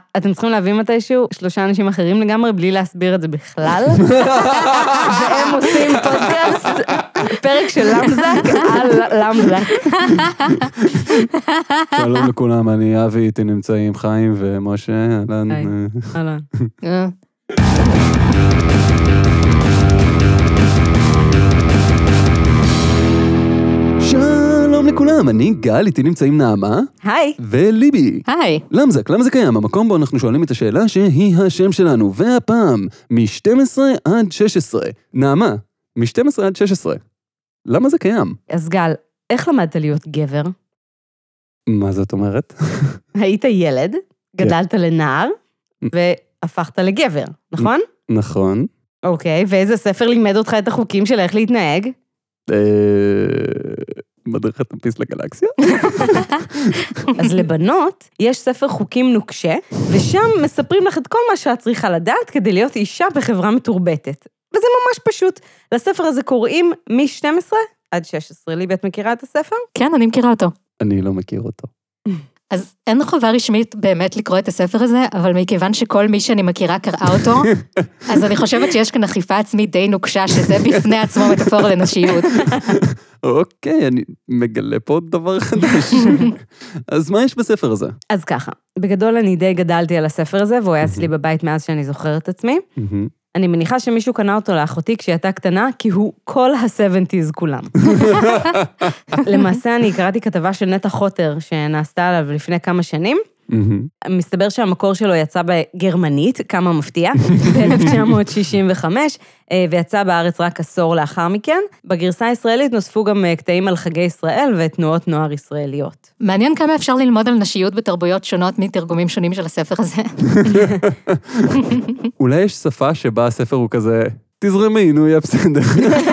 אתם צריכים להביא מתישהו 3 אנשים אחרים לגמרי, בלי להסביר את זה בכלל. והם עושים פודקאסט, פרק של למזק על למזק. שלום לכולם, אני אבי, איתי נמצאים חיים ומשה. אהלן. שלום לכולם, אני גל, איתי נמצאים נעמה. היי. וליבי. היי. למזק, למה זה קיים? המקום בו אנחנו שואלים את השאלה שהיא השם שלנו, והפעם, מ-12 עד 16. נעמה, מ-12 עד 16. למה זה קיים? אז גל, איך למדת להיות גבר? מה זאת אומרת? היית ילד, גדלת לנער, והפכת לגבר, נכון? נכון. אוקיי, ואיזה ספר לימד אותך את החוקים של איך להתנהג? מדריך הטמפיסט לגלקסיה? אז לבנות יש ספר חוקים נוקשה, ושם מספרים לך את כל מה שאת צריכה לדעת כדי להיות אישה בחברה מתורבתת. וזה ממש פשוט. לספר הזה קוראים מ-12 עד 16. ליבי, את מכירה את הספר? כן, אני מכירה אותו. אני לא מכיר אותו. אז אין חובה רשמית באמת לקרוא את הספר הזה, אבל מכיוון שכל מי שאני מכירה קראה אותו, אז אני חושבת שיש כאן אכיפה עצמית די נוקשה, שזה בפני עצמו מטאפור לנשיות. אוקיי, אני מגלה פה דבר חדש. אז מה יש בספר הזה? אז ככה, בגדול אני די גדלתי על הספר הזה, והוא היה אצלי בבית מאז שאני זוכרת את עצמי. אני מניחה שמישהו קנה אותו לאחותי כשהיא הייתה קטנה, כי הוא כל ה-70s כולם. למעשה אני קראתי כתבה של נטע חוטר, שנעשתה עליו לפני כמה שנים. מסתבר שהמקור שלו יצא בגרמנית, כמה מפתיע, ב-1965, ויצא בארץ רק עשור לאחר מכן. בגרסה הישראלית נוספו גם קטעים על חגי ישראל ותנועות נוער ישראליות. מעניין כמה אפשר ללמוד על נשיות בתרבויות שונות מתרגומים שונים של הספר הזה. אולי יש שפה שבה הספר הוא כזה, תזרמי, נו, יהיה בסדר.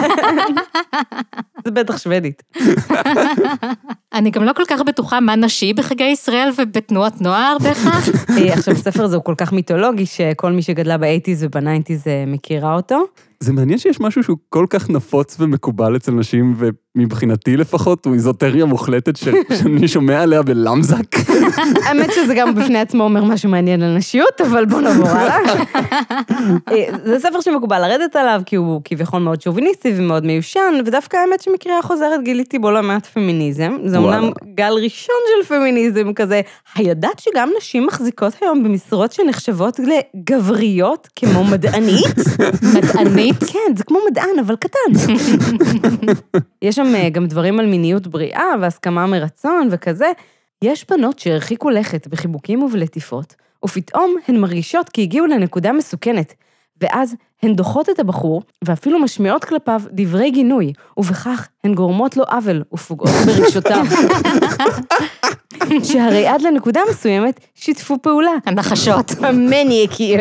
זה בטח שוודית. אני גם לא כל כך בטוחה מה נשי בחגי ישראל ובתנועות נוער בהכרח. עכשיו, הספר הזה הוא כל כך מיתולוגי, שכל מי שגדלה ב-80s וב-90s מכירה אותו. זה מעניין שיש משהו שהוא כל כך נפוץ ומקובל אצל נשים, ומבחינתי לפחות הוא איזוטריה מוחלטת שאני שומע עליה בלמזק. האמת שזה גם בפני עצמו אומר משהו מעניין על נשיות, אבל בוא נעבור הלאה. זה ספר שמקובל לרדת עליו, כי הוא כביכול מאוד שוביניסטי ומאוד מיושן, ודווקא האמת שמקריאה חוזרת גיליתי בו לא מעט פמיניזם. זה אומנם גל ראשון של פמיניזם כזה. הידעת שגם נשים מחזיקות היום במשרות שנחשבות לגבריות כמו מדענית? מדענית? כן, זה כמו מדען, אבל קטן. יש שם גם דברים על מיניות בריאה והסכמה מרצון וכזה. יש בנות שהרחיקו לכת בחיבוקים ובלטיפות, ופתאום הן מרגישות כי הגיעו לנקודה מסוכנת, ואז הן דוחות את הבחור, ואפילו משמיעות כלפיו דברי גינוי, ובכך הן גורמות לו עוול ופוגעות ברגשותיו. שהרי עד לנקודה מסוימת שיתפו פעולה. הנחשות. המניאקיות.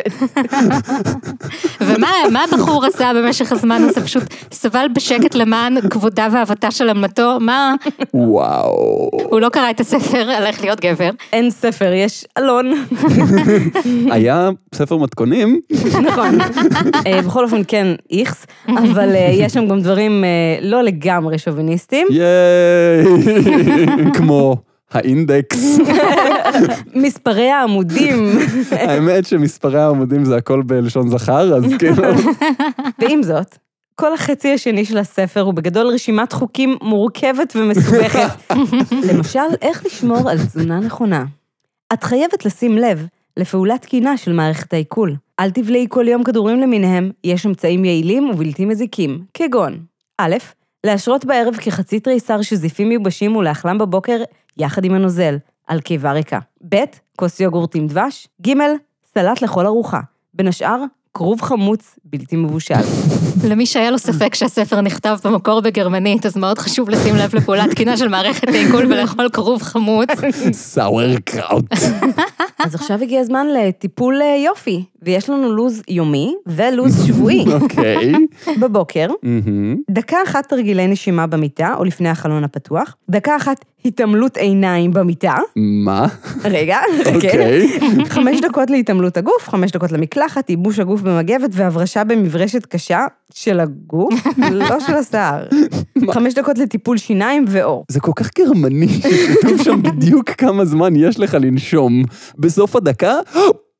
ומה הבחור עשה במשך הזמן הזה? פשוט סבל בשקט למען כבודה ואהבתה של אמתו? מה? וואו. הוא לא קרא את הספר על איך להיות גבר. אין ספר, יש אלון. היה ספר מתכונים. נכון. בכל אופן כן איכס, אבל יש שם גם דברים לא לגמרי שוביניסטיים. ייי. כמו האינדקס. מספרי העמודים. האמת שמספרי העמודים זה הכל בלשון זכר, אז כאילו. ועם זאת, כל החצי השני של הספר הוא בגדול רשימת חוקים מורכבת ומסובכת. למשל, איך לשמור על תזונה נכונה. את חייבת לשים לב לפעולת תקינה של מערכת העיכול. אל תבלעי כל יום כדורים למיניהם, יש אמצעים יעילים ובלתי מזיקים, כגון. א', להשרות בערב כחצי תריסר שזיפים מיובשים ולאכלם בבוקר יחד עם הנוזל, על קיבה ריקה. ב', כוס יוגורט עם דבש. ג', סלט לכל ארוחה. בין השאר, כרוב חמוץ בלתי מבושל. למי שהיה לו ספק שהספר נכתב במקור בגרמנית, אז מאוד חשוב לשים לב לפעולת תקינה של מערכת העיכול ולאכול כרוב חמוץ. סאוורקראוט. אז עכשיו הגיע הזמן לטיפול יופי, ויש לנו לוז יומי ולוז שבועי. אוקיי. בבוקר, דקה אחת תרגילי נשימה במיטה, או לפני החלון הפתוח, דקה אחת התעמלות עיניים במיטה. מה? רגע, אוקיי. 5 דקות להתעמלות הגוף, 5 דקות למקלחת, ייבוש הגוף במגבת, והברשה במברשת קשה של הגוף, לא של השיער. 5 דקות לטיפול שיניים ואור. זה כל כך גרמני, שכתוב שם בדיוק כמה זמן יש לך לנשום. בסוף הדקה,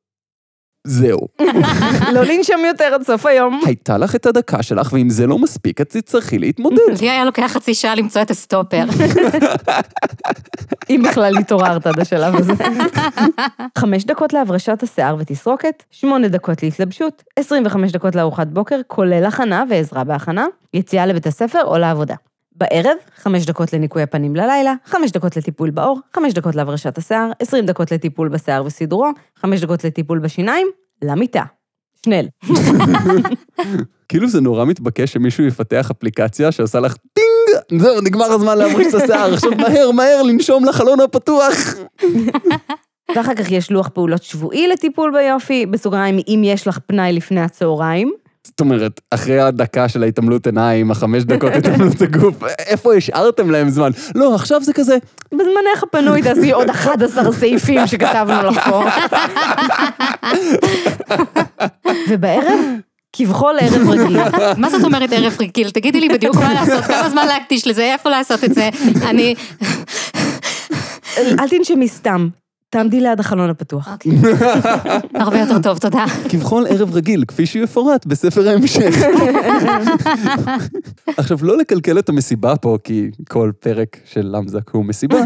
זהו. לא לנשום יותר עד סוף היום. הייתה לך את הדקה שלך, ואם זה לא מספיק, את תצטרכי להתמודד. לי היה לוקח חצי שעה למצוא את הסטופר. אם בכלל התעוררת עד השלב הזה. 5 דקות להברשת השיער ותסרוקת, 8 דקות להתלבשות, 25 דקות לארוחת בוקר, כולל הכנה ועזרה בהכנה, יציאה לבית הספר או לעבודה. בערב, 5 דקות לניקוי הפנים ללילה, 5 דקות לטיפול בעור, 5 דקות להברשת השיער, 20 דקות לטיפול בשיער וסידורו, 5 דקות לטיפול בשיניים, למיטה. שנל. כאילו זה נורא מתבקש שמישהו יפתח אפליקציה שעושה לך טינג, זהו, נגמר הזמן להברש את השיער, עכשיו מהר, לנשום לחלון הפתוח. ואחר כך יש לוח פעולות שבועי לטיפול ביופי, בסוגריים, אם יש לך פנאי לפני הצהריים. זאת אומרת, אחרי הדקה של ההתעמלות עיניים, 5 דקות התעמלות הגוף, איפה השארתם להם זמן? לא, עכשיו זה כזה. בזמנך הפנוי תעשי עוד 11 סעיפים שכתבנו לך פה. ובערב, כבכל ערב רגיל. מה זאת אומרת ערב רגיל? תגידי לי בדיוק מה לעשות, כמה זמן להקדיש לזה, איפה לעשות את זה. אל תנשמי סתם. תעמדי ליד החלון הפתוח. הרבה יותר טוב, תודה. כבכל ערב רגיל, כפי שיפורט בספר ההמשך. עכשיו, לא לקלקל את המסיבה פה, כי כל פרק של למזק הוא מסיבה.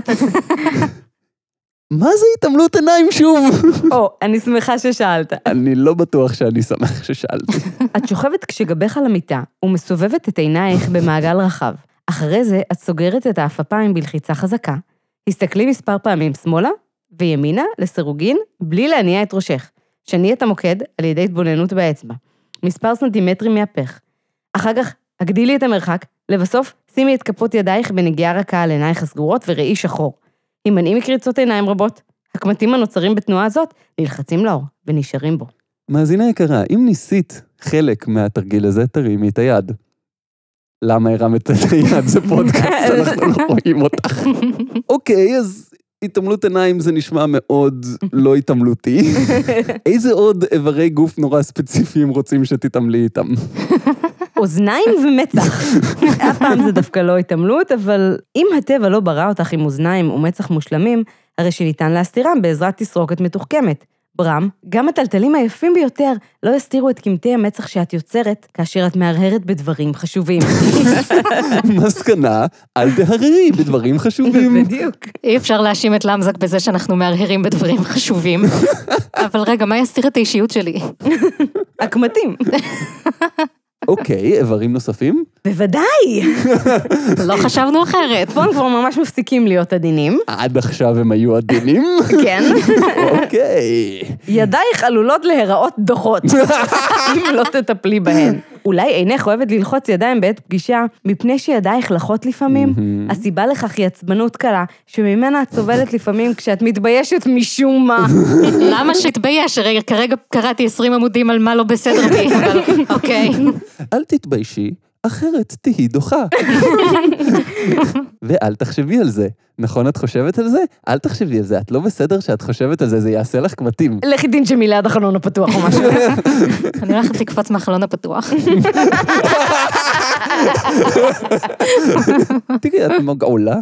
מה זה התעמלות עיניים שוב? אני שמחה ששאלת. אני לא בטוח שאני שמח ששאלתי. את שוכבת כשגבך על המיטה ומסובבת את עינייך במעגל רחב. אחרי זה את סוגרת את האפפיים בלחיצה חזקה. הסתכלי מספר פעמים שמאלה, וימינה לסירוגין, בלי להניע את ראשך. שני את המוקד על ידי התבוננות באצבע. מספר סנטימטרים מהפך. אחר כך, הגדילי את המרחק, לבסוף, שימי את כפות ידייך בנגיעה רכה על עינייך הסגורות וראי שחור. הימנעי מקריצות עיניים רבות. הקמטים הנוצרים בתנועה הזאת נלחצים לאור ונשארים בו. מאזינה יקרה, אם ניסית חלק מהתרגיל הזה, תרימי את היד. למה הרמת את היד? זה פודקאסט, אנחנו לא רואים אותך. אוקיי, אז התעמלות עיניים זה נשמע מאוד לא התעמלותי. איזה עוד איברי גוף נורא ספציפיים רוצים שתתעמלי איתם? אוזניים ומצח. אף פעם זה דווקא לא התעמלות, אבל אם הטבע לא ברא אותך עם אוזניים ומצח מושלמים, הרי שניתן להסתירם בעזרת תסרוקת מתוחכמת. ברם, גם הטלטלים היפים ביותר לא יסתירו את קמטי המצח שאת יוצרת, כאשר את מהרהרת בדברים חשובים. מסקנה, אל תהררי בדברים חשובים. בדיוק. אי אפשר להאשים את למזק בזה שאנחנו מהרהרים בדברים חשובים. אבל רגע, מה יסתיר את האישיות שלי? הקמטים. אוקיי, איברים נוספים? בוודאי. לא חשבנו אחרת. פה הם כבר ממש מפסיקים להיות עדינים. עד עכשיו הם היו עדינים? כן. אוקיי. ידייך עלולות להיראות דוחות, אם לא תטפלי בהן. אולי אינך אוהבת ללחוץ ידיים בעת פגישה, מפני שידייך לחות לפעמים? הסיבה לכך היא עצבנות קלה, שממנה את סובלת לפעמים כשאת מתביישת משום מה. למה שתבייש? הרי כרגע קראתי 20 עמודים על מה לא בסדר בי, אבל אוקיי. אל תתביישי, אחרת תהי דוחה. ואל תחשבי על זה. נכון, את חושבת על זה? אל תחשבי על זה. את לא בסדר שאת חושבת על זה, זה יעשה לך קמטים. לכי תנשמי ליד החלון הפתוח או משהו. אני הולכת לקפוץ מהחלון הפתוח. תראי, את מגעולה.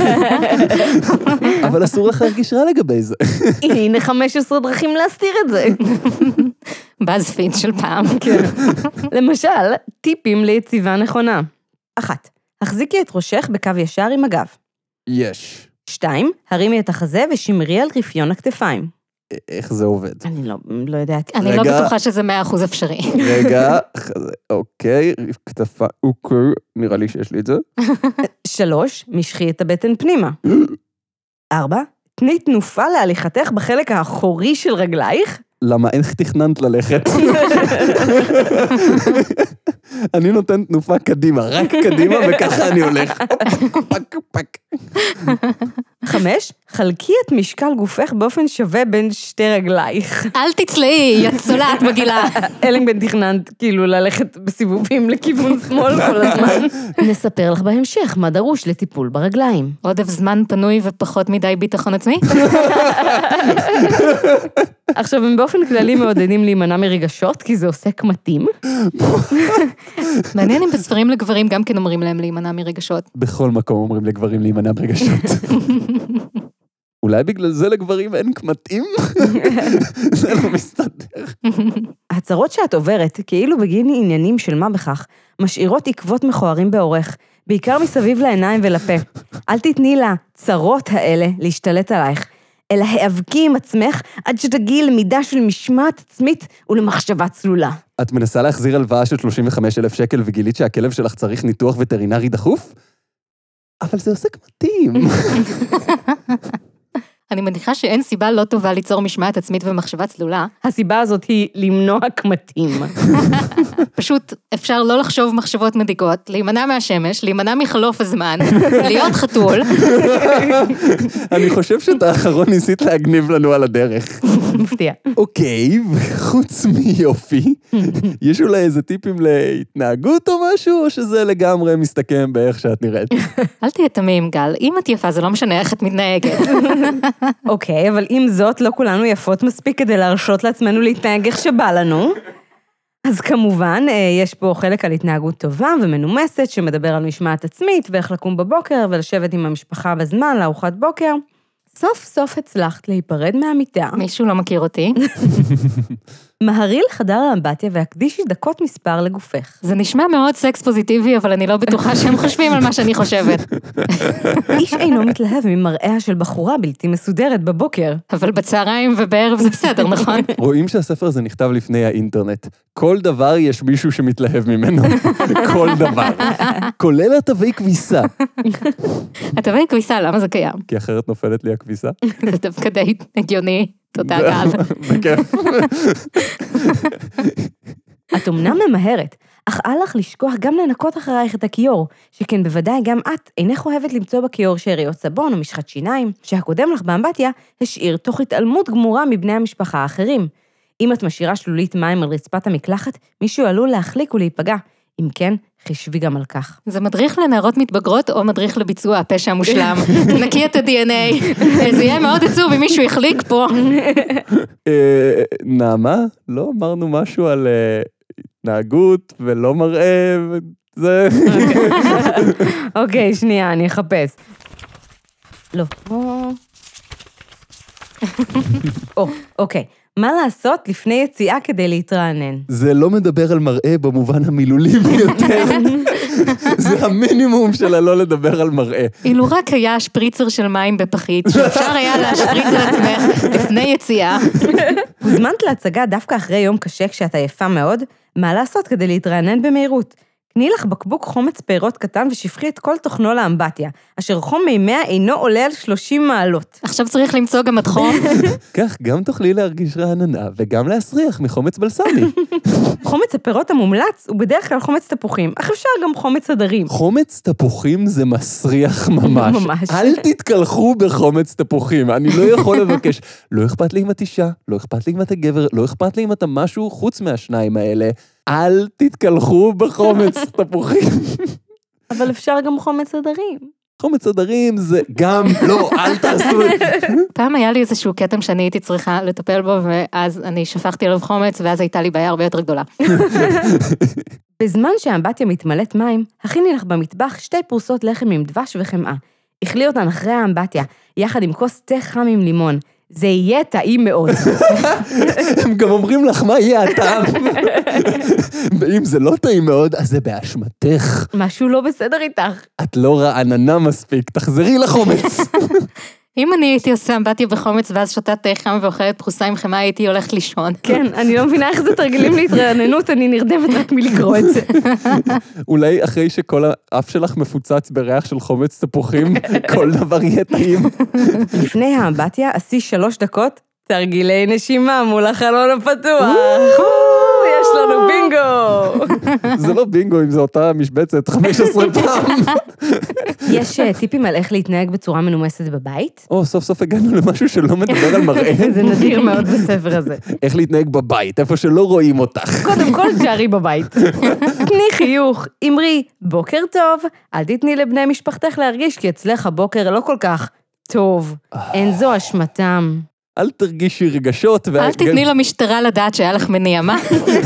אבל אסור לך להרגיש רע לגבי זה. הנה 15 דרכים להסתיר את זה. בזפיד של פעם. למשל, טיפים ליציבה נכונה. 1. החזיקי את ראשך בקו ישר עם הגב. יש. 2. הרימי את החזה ושמרי על רפיון הכתפיים. איך זה עובד? אני לא יודעת. אני לא בטוחה שזה 100% אפשרי. רגע, אוקיי, כתפה, אוקיי, נראה לי שיש לי את זה. 3. משכי את הבטן פנימה. 4. תני תנופה להליכתך בחלק האחורי של רגלייך. למה איך תכננת ללכת? אני נותן תנופה קדימה, רק קדימה, וככה אני הולך. פק, פק. 5. חלקי את משקל גופך באופן שווה בין שתי רגלייך. אל תצלעי, יא צולעת מגילה. אלן בן תכננת כאילו ללכת בסיבובים לכיוון שמאל כל הזמן. נספר לך בהמשך מה דרוש לטיפול ברגליים. עודף זמן פנוי ופחות מדי ביטחון עצמי? עכשיו, הם באופן כללי מעודדים להימנע מרגשות, כי זה עושה קמטים. מעניין אם בספרים לגברים גם כן אומרים להם להימנע מרגשות. בכל מקום אומרים לגברים להימנע מרגשות. אולי בגלל זה לגברים אין קמטים? זה לא מסתדר. הצרות שאת עוברת, כאילו בגין עניינים של מה בכך, משאירות עקבות מכוערים באורך, בעיקר מסביב לעיניים ולפה. אל תתני לצרות האלה להשתלט עלייך, אלא האבקי עם עצמך עד שתגיעי למידה של משמעת עצמית ולמחשבה צלולה. את מנסה להחזיר הלוואה של 35,000 שקל וגילית שהכלב שלך צריך ניתוח וטרינרי דחוף? אבל זה עוסק מתאים. אני מניחה שאין סיבה לא טובה ליצור משמעת עצמית ומחשבה צלולה. הסיבה הזאת היא למנוע קמטים. פשוט אפשר לא לחשוב מחשבות מדאיגות, להימנע מהשמש, להימנע מחלוף הזמן, להיות חתול. אני חושב שאת האחרון ניסית להגניב לנו על הדרך. מפתיע. אוקיי, וחוץ מיופי, יש אולי איזה טיפים להתנהגות או משהו, או שזה לגמרי מסתכם באיך שאת נראית? אל תהיה תמים, גל, אם את יפה זה לא משנה איך את מתנהגת. אוקיי, אבל עם זאת לא כולנו יפות מספיק כדי להרשות לעצמנו להתנהג איך שבא לנו. אז כמובן, יש פה חלק על התנהגות טובה ומנומסת, שמדבר על משמעת עצמית, ואיך לקום בבוקר ולשבת עם המשפחה בזמן לארוחת בוקר. סוף סוף הצלחת להיפרד מהמיטה. מישהו לא מכיר אותי. מהרי לחדר האמבטיה והקדישי דקות מספר לגופך. זה נשמע מאוד סקס פוזיטיבי, אבל אני לא בטוחה שהם חושבים על מה שאני חושבת. איש אינו מתלהב ממראה של בחורה בלתי מסודרת בבוקר. אבל בצהריים ובערב זה בסדר, נכון? רואים שהספר הזה נכתב לפני האינטרנט. כל דבר יש מישהו שמתלהב ממנו. כל דבר. כולל התווי כביסה. התווי כביסה, למה זה קיים? כי אחרת נופלת לי הכביסה. זה דווקא די הגיוני. תודה, גל. בכיף. את אמנם ממהרת, אך אל לך לשכוח גם לנקות אחרייך את הכיור, שכן בוודאי גם את אינך אוהבת למצוא בכיור שאריות סבון או משחת שיניים, שהקודם לך באמבטיה השאיר תוך התעלמות גמורה מבני המשפחה האחרים. אם את משאירה שלולית מים על רצפת המקלחת, מישהו עלול להחליק ולהיפגע. אם כן, חישבי גם על כך. זה מדריך לנערות מתבגרות או מדריך לביצוע הפשע המושלם? נקי את ה-DNA. זה יהיה מאוד עצוב אם מישהו יחליק פה. נעמה, לא אמרנו משהו על התנהגות ולא מראה וזה... אוקיי, שנייה, אני אחפש. לא. אוקיי. מה לעשות לפני יציאה כדי להתרענן? זה לא מדבר על מראה במובן המילולי ביותר. זה המינימום של הלא לדבר על מראה. אילו רק היה שפריצר של מים בפחית, שאפשר היה להשפריץ על עצמך לפני יציאה. הוזמנת להצגה דווקא אחרי יום קשה כשאתה יפה מאוד, מה לעשות כדי להתרענן במהירות? קני לך בקבוק חומץ פירות קטן ושפכי את כל תוכנו לאמבטיה, אשר חום מימיה אינו עולה על 30 מעלות. עכשיו צריך למצוא גם את חום. כך גם תוכלי להרגיש רעננה וגם להסריח מחומץ בלסמי. חומץ הפירות המומלץ הוא בדרך כלל חומץ תפוחים, אך אפשר גם חומץ הדרים. חומץ תפוחים זה מסריח ממש. ממש. אל תתקלחו בחומץ תפוחים, אני לא יכול לבקש. לא אכפת לי אם את אישה, לא אכפת לי אם אתה גבר, לא אכפת לי אם אתה משהו חוץ מהשניים האלה. אל תתקלחו בחומץ תפוחים. אבל אפשר גם חומץ הדרים. חומץ הדרים זה גם, לא, אל תעשו את זה. פעם היה לי איזשהו קטם שאני הייתי צריכה לטפל בו, ואז אני שפכתי עליו חומץ, ואז הייתה לי בעיה הרבה יותר גדולה. בזמן שהאמבטיה מתמלאת מים, הכיני לך במטבח 2 פרוסות לחם עם דבש וחמאה. אכלי אותן אחרי האמבטיה, יחד עם כוס תה חם עם לימון. זה יהיה טעים מאוד. הם גם אומרים לך מה יהיה הטעם. ואם זה לא טעים מאוד, אז זה באשמתך. משהו לא בסדר איתך. את לא רעננה מספיק, תחזרי לחומץ. אם אני הייתי עושה אמבטיה בחומץ, ואז שותה תה חם ואוכלת פרוסה עם חמאה, הייתי הולכת לישון. כן, אני לא מבינה איך זה תרגילים להתרעננות, אני נרדמת רק מלקרוא את זה. אולי אחרי שכל האף שלך מפוצץ בריח של חומץ תפוחים, כל דבר יהיה טעים. לפני האמבטיה, עשי 3 דקות, תרגילי נשימה מול החלון הפתוח. יש לנו בינגו. זה לא בינגו אם זו אותה משבצת 15 פעם. יש טיפים על איך להתנהג בצורה מנומסת בבית? סוף סוף הגענו למשהו שלא מדבר על מראה. זה נדיר מאוד בספר הזה. איך להתנהג בבית, איפה שלא רואים אותך. קודם כל, תשארי בבית. תני חיוך, אמרי, בוקר טוב, אל תתני לבני משפחתך להרגיש, כי אצלך הבוקר לא כל כך טוב. אין זו אשמתם. אל תרגישי רגשות. אל תתני למשטרה לדעת שהיה לך מניע, מה?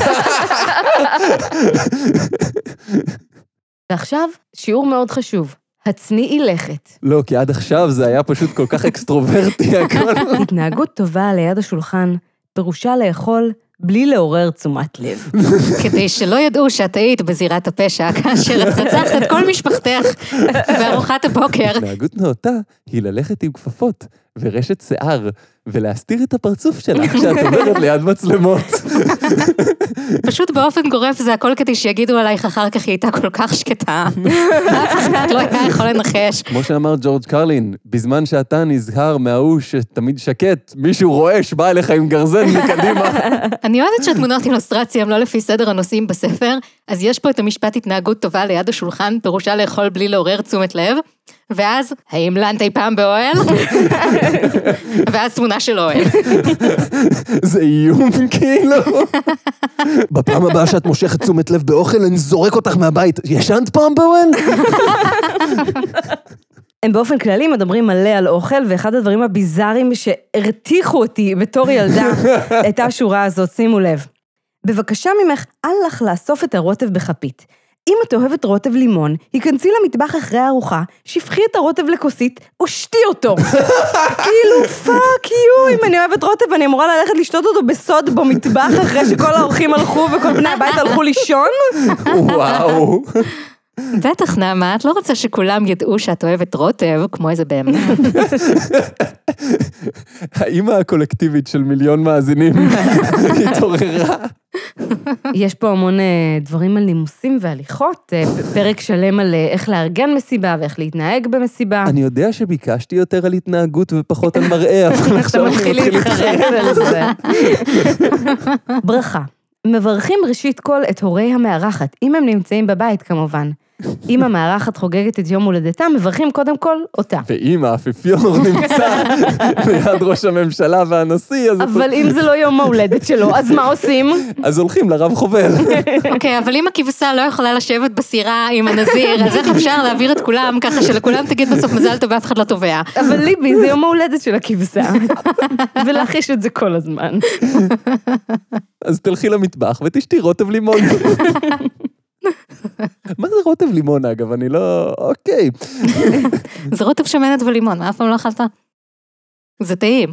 ועכשיו, שיעור מאוד חשוב. הצניעי לכת. לא, כי עד עכשיו זה היה פשוט כל כך אקסטרוברטי הכל. התנהגות טובה ליד השולחן, פירושה לאכול בלי לעורר תשומת לב. כדי שלא ידעו שאת היית בזירת הפשע, כאשר את רצחת את כל משפחתך בארוחת הבוקר. התנהגות נאותה היא ללכת עם כפפות ורשת שיער, ולהסתיר את הפרצוף שלך כשאת עוברת ליד מצלמות. פשוט באופן גורף זה הכל כדי שיגידו עלייך אחר כך היא הייתה כל כך שקטה. אף אחד לא היה יכול לנחש. כמו שאמר ג'ורג' קרלין, בזמן שאתה נזהר מההוא שתמיד שקט, מישהו רועש, בא אליך עם גרזן מקדימה. אני אוהבת שהתמונות אילוסטרציה הם לא לפי סדר הנושאים בספר, אז יש פה את המשפט התנהגות טובה ליד השולחן, פירושה לאכול בלי לעורר תשומת לב, ואז, האם לנת אי פעם באוהל? ואז תמונה של אוהל. זה איום כאילו. בפעם הבאה שאת מושכת תשומת לב באוכל, אני זורק אותך מהבית. ישנת פעם באוהל? הם באופן כללי מדברים מלא על אוכל, ואחד הדברים הביזאריים שהרתיחו אותי בתור ילדה, הייתה השורה הזאת, שימו לב. בבקשה ממך, אל לך לאסוף את הרוטב בחפית. אם את אוהבת רוטב לימון, היכנסי למטבח אחרי הארוחה, שפחי את הרוטב לכוסית, ושתי אותו. כאילו, פאק יו, אם אני אוהבת רוטב, אני אמורה ללכת לשתות אותו בסוד במטבח, אחרי שכל האורחים הלכו וכל בני הבית הלכו לישון? וואו. בטח נעמה, את לא רוצה שכולם ידעו שאת אוהבת רוטב, כמו איזה באמת. האמא הקולקטיבית של מיליון מאזינים התעוררה. יש פה המון דברים על נימוסים והליכות, פרק שלם על איך לארגן מסיבה ואיך להתנהג במסיבה. אני יודע שביקשתי יותר על התנהגות ופחות על מראה, אבל עכשיו אני מתחיל להתחרט על זה. ברכה. מברכים ראשית כל את הורי המארחת, אם הם נמצאים בבית כמובן. אם המארחת חוגגת את יום הולדתה, מברכים קודם כל אותה. ואם האפיפיור נמצא ליד ראש הממשלה והנשיא, אז... אבל אם זה לא יום ההולדת שלו, אז מה עושים? אז הולכים לרב חובל. אוקיי, אבל אם הכבשה לא יכולה לשבת בסירה עם הנזיר, אז איך אפשר להעביר את כולם ככה שלכולם תגיד בסוף מזל טוב ואף אחד לא תובע? אבל ליבי, זה יום ההולדת של הכבשה. ולהחיש את זה כל הזמן. אז תלכי למטבח ותשתי רוטב לימון. מה זה רוטב לימון אגב? אני לא... אוקיי. זה רוטב שמנת ולימון, מה אף פעם לא אכלת? זה טעים.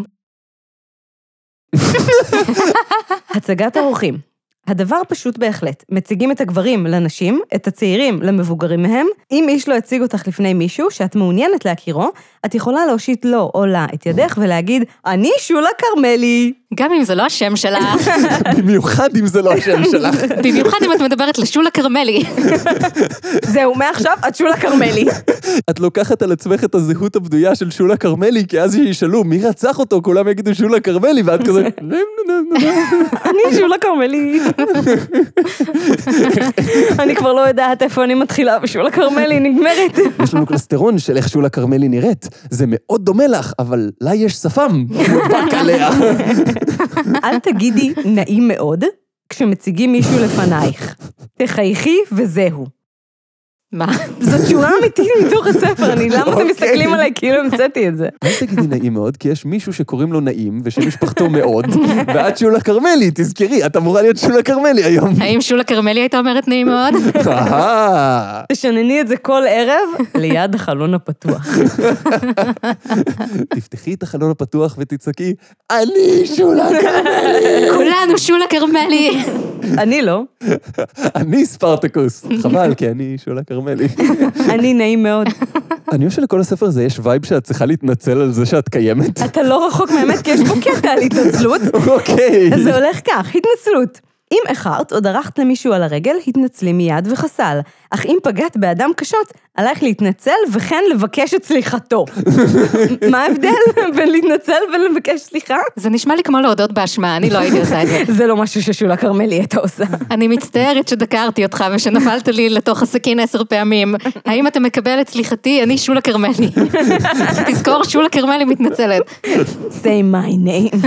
הצגת אורחים. הדבר פשוט בהחלט. מציגים את הגברים לנשים, את הצעירים למבוגרים מהם. אם איש לא הציג אותך לפני מישהו שאת מעוניינת להכירו, את יכולה להושיט לו או לה את ידך ולהגיד, אני שולה כרמלי. גם אם זה לא השם שלך. במיוחד אם זה לא השם שלך. במיוחד אם את מדברת לשולה כרמלי. זהו, מעכשיו את שולה כרמלי. את לוקחת על עצמך את הזהות הבדויה של שולה כרמלי, כי אז שישאלו מי רצח אותו, כולם יגידו שולה כרמלי, ואת כזה... אני שולה כרמלי. אני כבר לא יודעת איפה אני מתחילה, ושולה כרמלי נגמרת. יש לנו קלסטרון של איך שולה כרמלי נראית. זה מאוד דומה לך, אבל לה יש שפם. מודבק עליה. אל תגידי נעים מאוד, כשמציגים מישהו לפנייך. תחייכי וזהו. מה? זאת שורה אמיתית מתוך הספר, למה אתם מסתכלים עליי כאילו המצאתי את זה? אל תגידי נעים מאוד, כי יש מישהו שקוראים לו נעים, ושמשפחתו מאוד, ואת שולה כרמלי, תזכרי, את אמורה להיות שולה כרמלי היום. האם שולה כרמלי הייתה אומרת נעים מאוד? תשנני את זה כל ערב ליד החלון הפתוח. תפתחי את החלון הפתוח ותצעקי, אני שולה כרמלי. כולנו שולה כרמלי. אני לא. אני ספרטקוס. חבל, כי אני שולה כרמלי. אני נעים מאוד. אני חושב שלכל הספר הזה יש וייב שאת צריכה להתנצל על זה שאת קיימת. אתה לא רחוק מהאמת, כי יש פה קטע על התנצלות. אוקיי. אז זה הולך כך, התנצלות. אם איחרת או דרכת למישהו על הרגל, התנצלי מיד וחסל. אך אם פגעת באדם קשות, עלייך להתנצל וכן לבקש את סליחתו. מה ההבדל בין להתנצל ולבקש סליחה? זה נשמע לי כמו להודות באשמה, אני לא הייתי עושה את זה. זה לא משהו ששולה כרמלי הייתה עושה. אני מצטערת שדקרתי אותך ושנפלת לי לתוך הסכין 10 פעמים. האם אתה מקבל את סליחתי? אני שולה כרמלי. תזכור, שולה כרמלי מתנצלת. Say my name.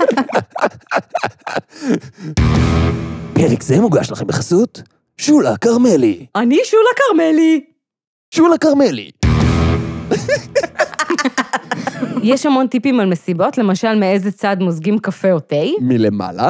פרק זה מוגש לכם בחסות שולה כרמלי. אני שולה כרמלי. שולה כרמלי. יש המון טיפים על מסיבות, למשל מאיזה צד מוזגים קפה או תה. מלמעלה.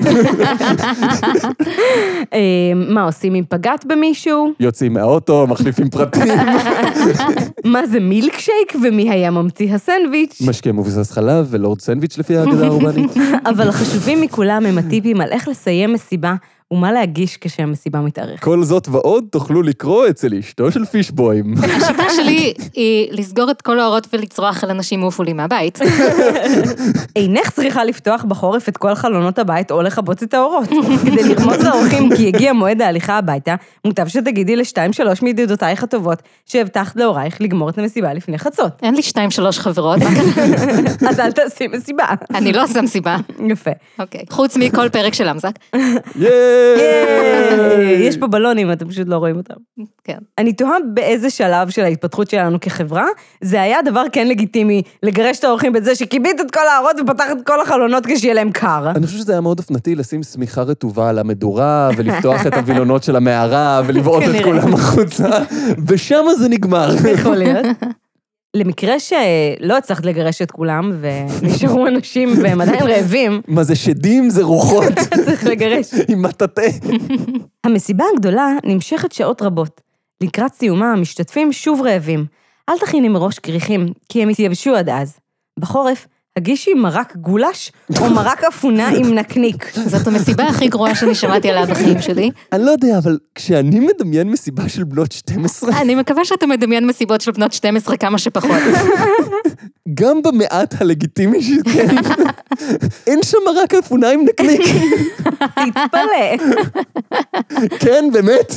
מה עושים אם פגעת במישהו? יוצאים מהאוטו, מחליפים פרטים. מה זה מילקשייק ומי היה ממציא הסנדוויץ'? משקה מבוסס חלב ולורד סנדוויץ' לפי ההגדה האורבנית. אבל החשובים מכולם הם הטיפים על איך לסיים מסיבה ומה להגיש כשהמסיבה מתארך. כל זאת ועוד תוכלו לקרוא אצל אשתו של פישבוים. השיטה שלי היא לסגור את כל האורות ולצרוח על אנשים מעופולים מהבית. אינך צריכה לפתוח בחורף את כל חלונות הבית או לחבוץ את האורות. כדי לרמוז לאורחים כי הגיע מועד ההליכה הביתה, מוטב שתגידי ל2-3 מידידותייך הטובות שהבטחת להורייך לגמור את המסיבה לפני חצות. אין לי 2-3 חברות. אז אל תעשי מסיבה. אני לא עושה מסיבה. יפה. אוקיי. חוץ מכל פרק של למזק. יש פה בלונים, אתם פשוט לא רואים אותם. כן. אני תוהה באיזה שלב של ההתפתחות שלנו כחברה, זה היה דבר כן לגיטימי, לגרש את האורחים בזה שכיבית את כל האורות ופתחת את כל החלונות כשיהיה להם קר. אני חושב שזה היה מאוד אופנתי לשים סמיכה רטובה על המדורה, ולפתוח את הווילונות של המערה, ולבעוט את כולם החוצה, ושם זה נגמר. יכול להיות. למקרה שלא הצלחת לגרש את כולם, ונשארו אנשים והם עדיין רעבים. מה זה שדים? זה רוחות. צריך לגרש. עם מטאטה. המסיבה הגדולה נמשכת שעות רבות. לקראת סיומה, המשתתפים שוב רעבים. אל תכיני מראש קריחים, כי הם יתייבשו עד אז. בחורף, הגישי מרק גולש, או מרק אפונה עם נקניק. זאת המסיבה הכי גרועה שאני שמעתי עליה בחיים שלי. אני לא יודע, אבל כשאני מדמיין מסיבה של בנות 12... אני מקווה שאתה מדמיין מסיבות של בנות 12 כמה שפחות. גם במעט הלגיטימי שכן, אין שם מרק אפונה עם נקניק. תתפלא. כן, באמת.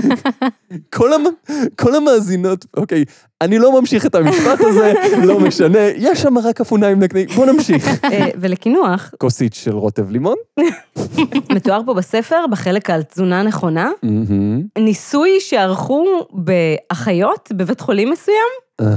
כל המאזינות, אוקיי, אני לא ממשיך את המשפט הזה, לא משנה, יש שם מרק אפונה עם נקניק, בוא נמשיך. ולקינוח, כוסית של רוטב לימון. מתואר פה בספר, בחלק על תזונה נכונה, ניסוי שערכו באחיות בבית חולים מסוים,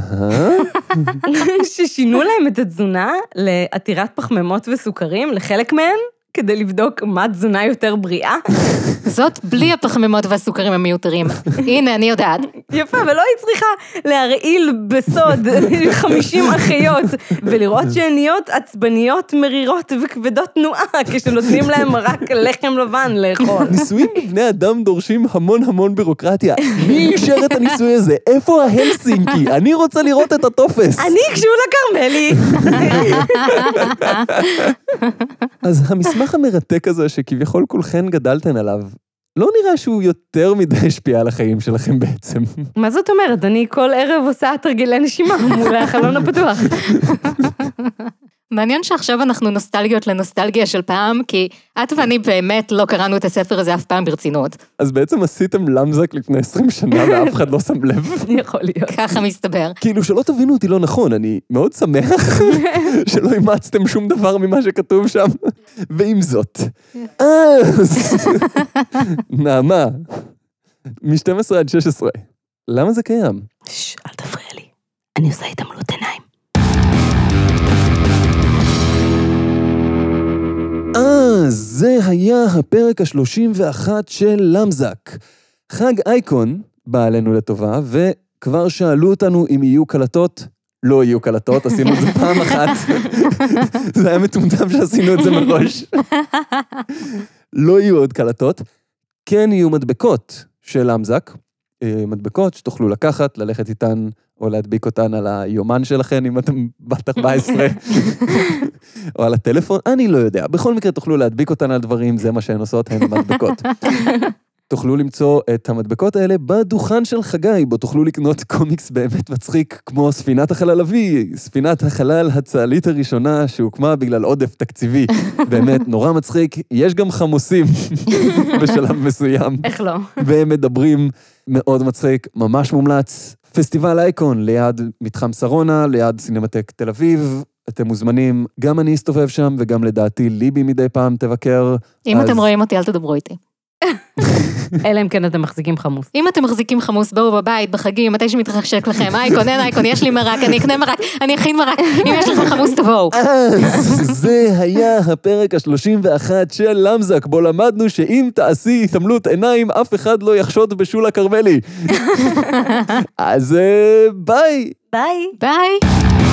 ששינו להם את התזונה לעתירת פחמימות וסוכרים, לחלק מהן, כדי לבדוק מה תזונה יותר בריאה. זאת בלי הפחמימות והסוכרים המיותרים. הנה, אני יודעת. יפה, ולא היא צריכה להרעיל בסוד 50 אחיות, ולראות שהן נהיות עצבניות, מרירות וכבדות תנועה, כשנותנים להם רק לחם לבן לאכול. ניסויים בבני אדם דורשים המון בירוקרטיה. מי אישר את הניסוי הזה? איפה ההלסינקי? אני רוצה לראות את הטופס. אני קשולה קרמלי. אז המסמך המרתק הזה שכביכול כולכן גדלתן עליו, לא נראה שהוא יותר מדי השפיע על החיים שלכם בעצם. מה זאת אומרת? אני כל ערב עושה תרגילי נשימה מול החלון הפתוח. מעניין שעכשיו אנחנו נוסטלגיות לנוסטלגיה של פעם, כי את ואני באמת לא קראנו את הספר הזה אף פעם ברצינות. אז בעצם עשיתם למזק לפני 20 שנה ואף אחד לא שם לב. יכול להיות. ככה מסתבר. כאילו שלא תבינו אותי לא נכון, אני מאוד שמח שלא אימצתם שום דבר ממה שכתוב שם. ועם זאת, אז נעמה, מ-12 עד 16, למה זה קיים? אל תפריע לי, אני עושה התעמלות עיניים. זה היה הפרק ה-31 של למזק. חג אייקון בא עלינו לטובה, וכבר שאלו אותנו אם יהיו קלטות. לא יהיו קלטות, עשינו את זה פעם אחת. זה היה מטומטם שעשינו את זה מראש. לא יהיו עוד קלטות. כן יהיו מדבקות של למזק. מדבקות שתוכלו לקחת, ללכת איתן, או להדביק אותן על היומן שלכם, אם אתם בת 14, או על הטלפון, אני לא יודע. בכל מקרה תוכלו להדביק אותן על דברים, זה מה שהן עושות, הן מדבקות. תוכלו למצוא את המדבקות האלה בדוכן של חגי, בו תוכלו לקנות קומיקס באמת מצחיק, כמו ספינת החלל אבי, ספינת החלל הצה"לית הראשונה, שהוקמה בגלל עודף תקציבי. באמת, נורא מצחיק. יש גם חמוסים בשלב מסוים. איך לא? והם מדברים מאוד מצחיק, ממש מומלץ. פסטיבל אייקון, ליד מתחם שרונה, ליד סינמטק תל אביב. אתם מוזמנים, גם אני אסתובב שם, וגם לדעתי ליבי מדי פעם תבקר. אם אתם רואים אותי, אל תדברו איתי. אלא אם כן אתם מחזיקים חמוס. אם אתם מחזיקים חמוס, בואו בבית, בחגים, מתי שמתרחשק לכם, אייקון, אין אייקון, יש לי מרק, אני אקנה מרק, אני אכין מרק, אם יש לכם חמוס תבואו. זה היה הפרק ה-31 של למזק, בו למדנו שאם תעשי התעמלות עיניים, אף אחד לא יחשוד בשולה קרמלי. אז ביי. ביי. ביי.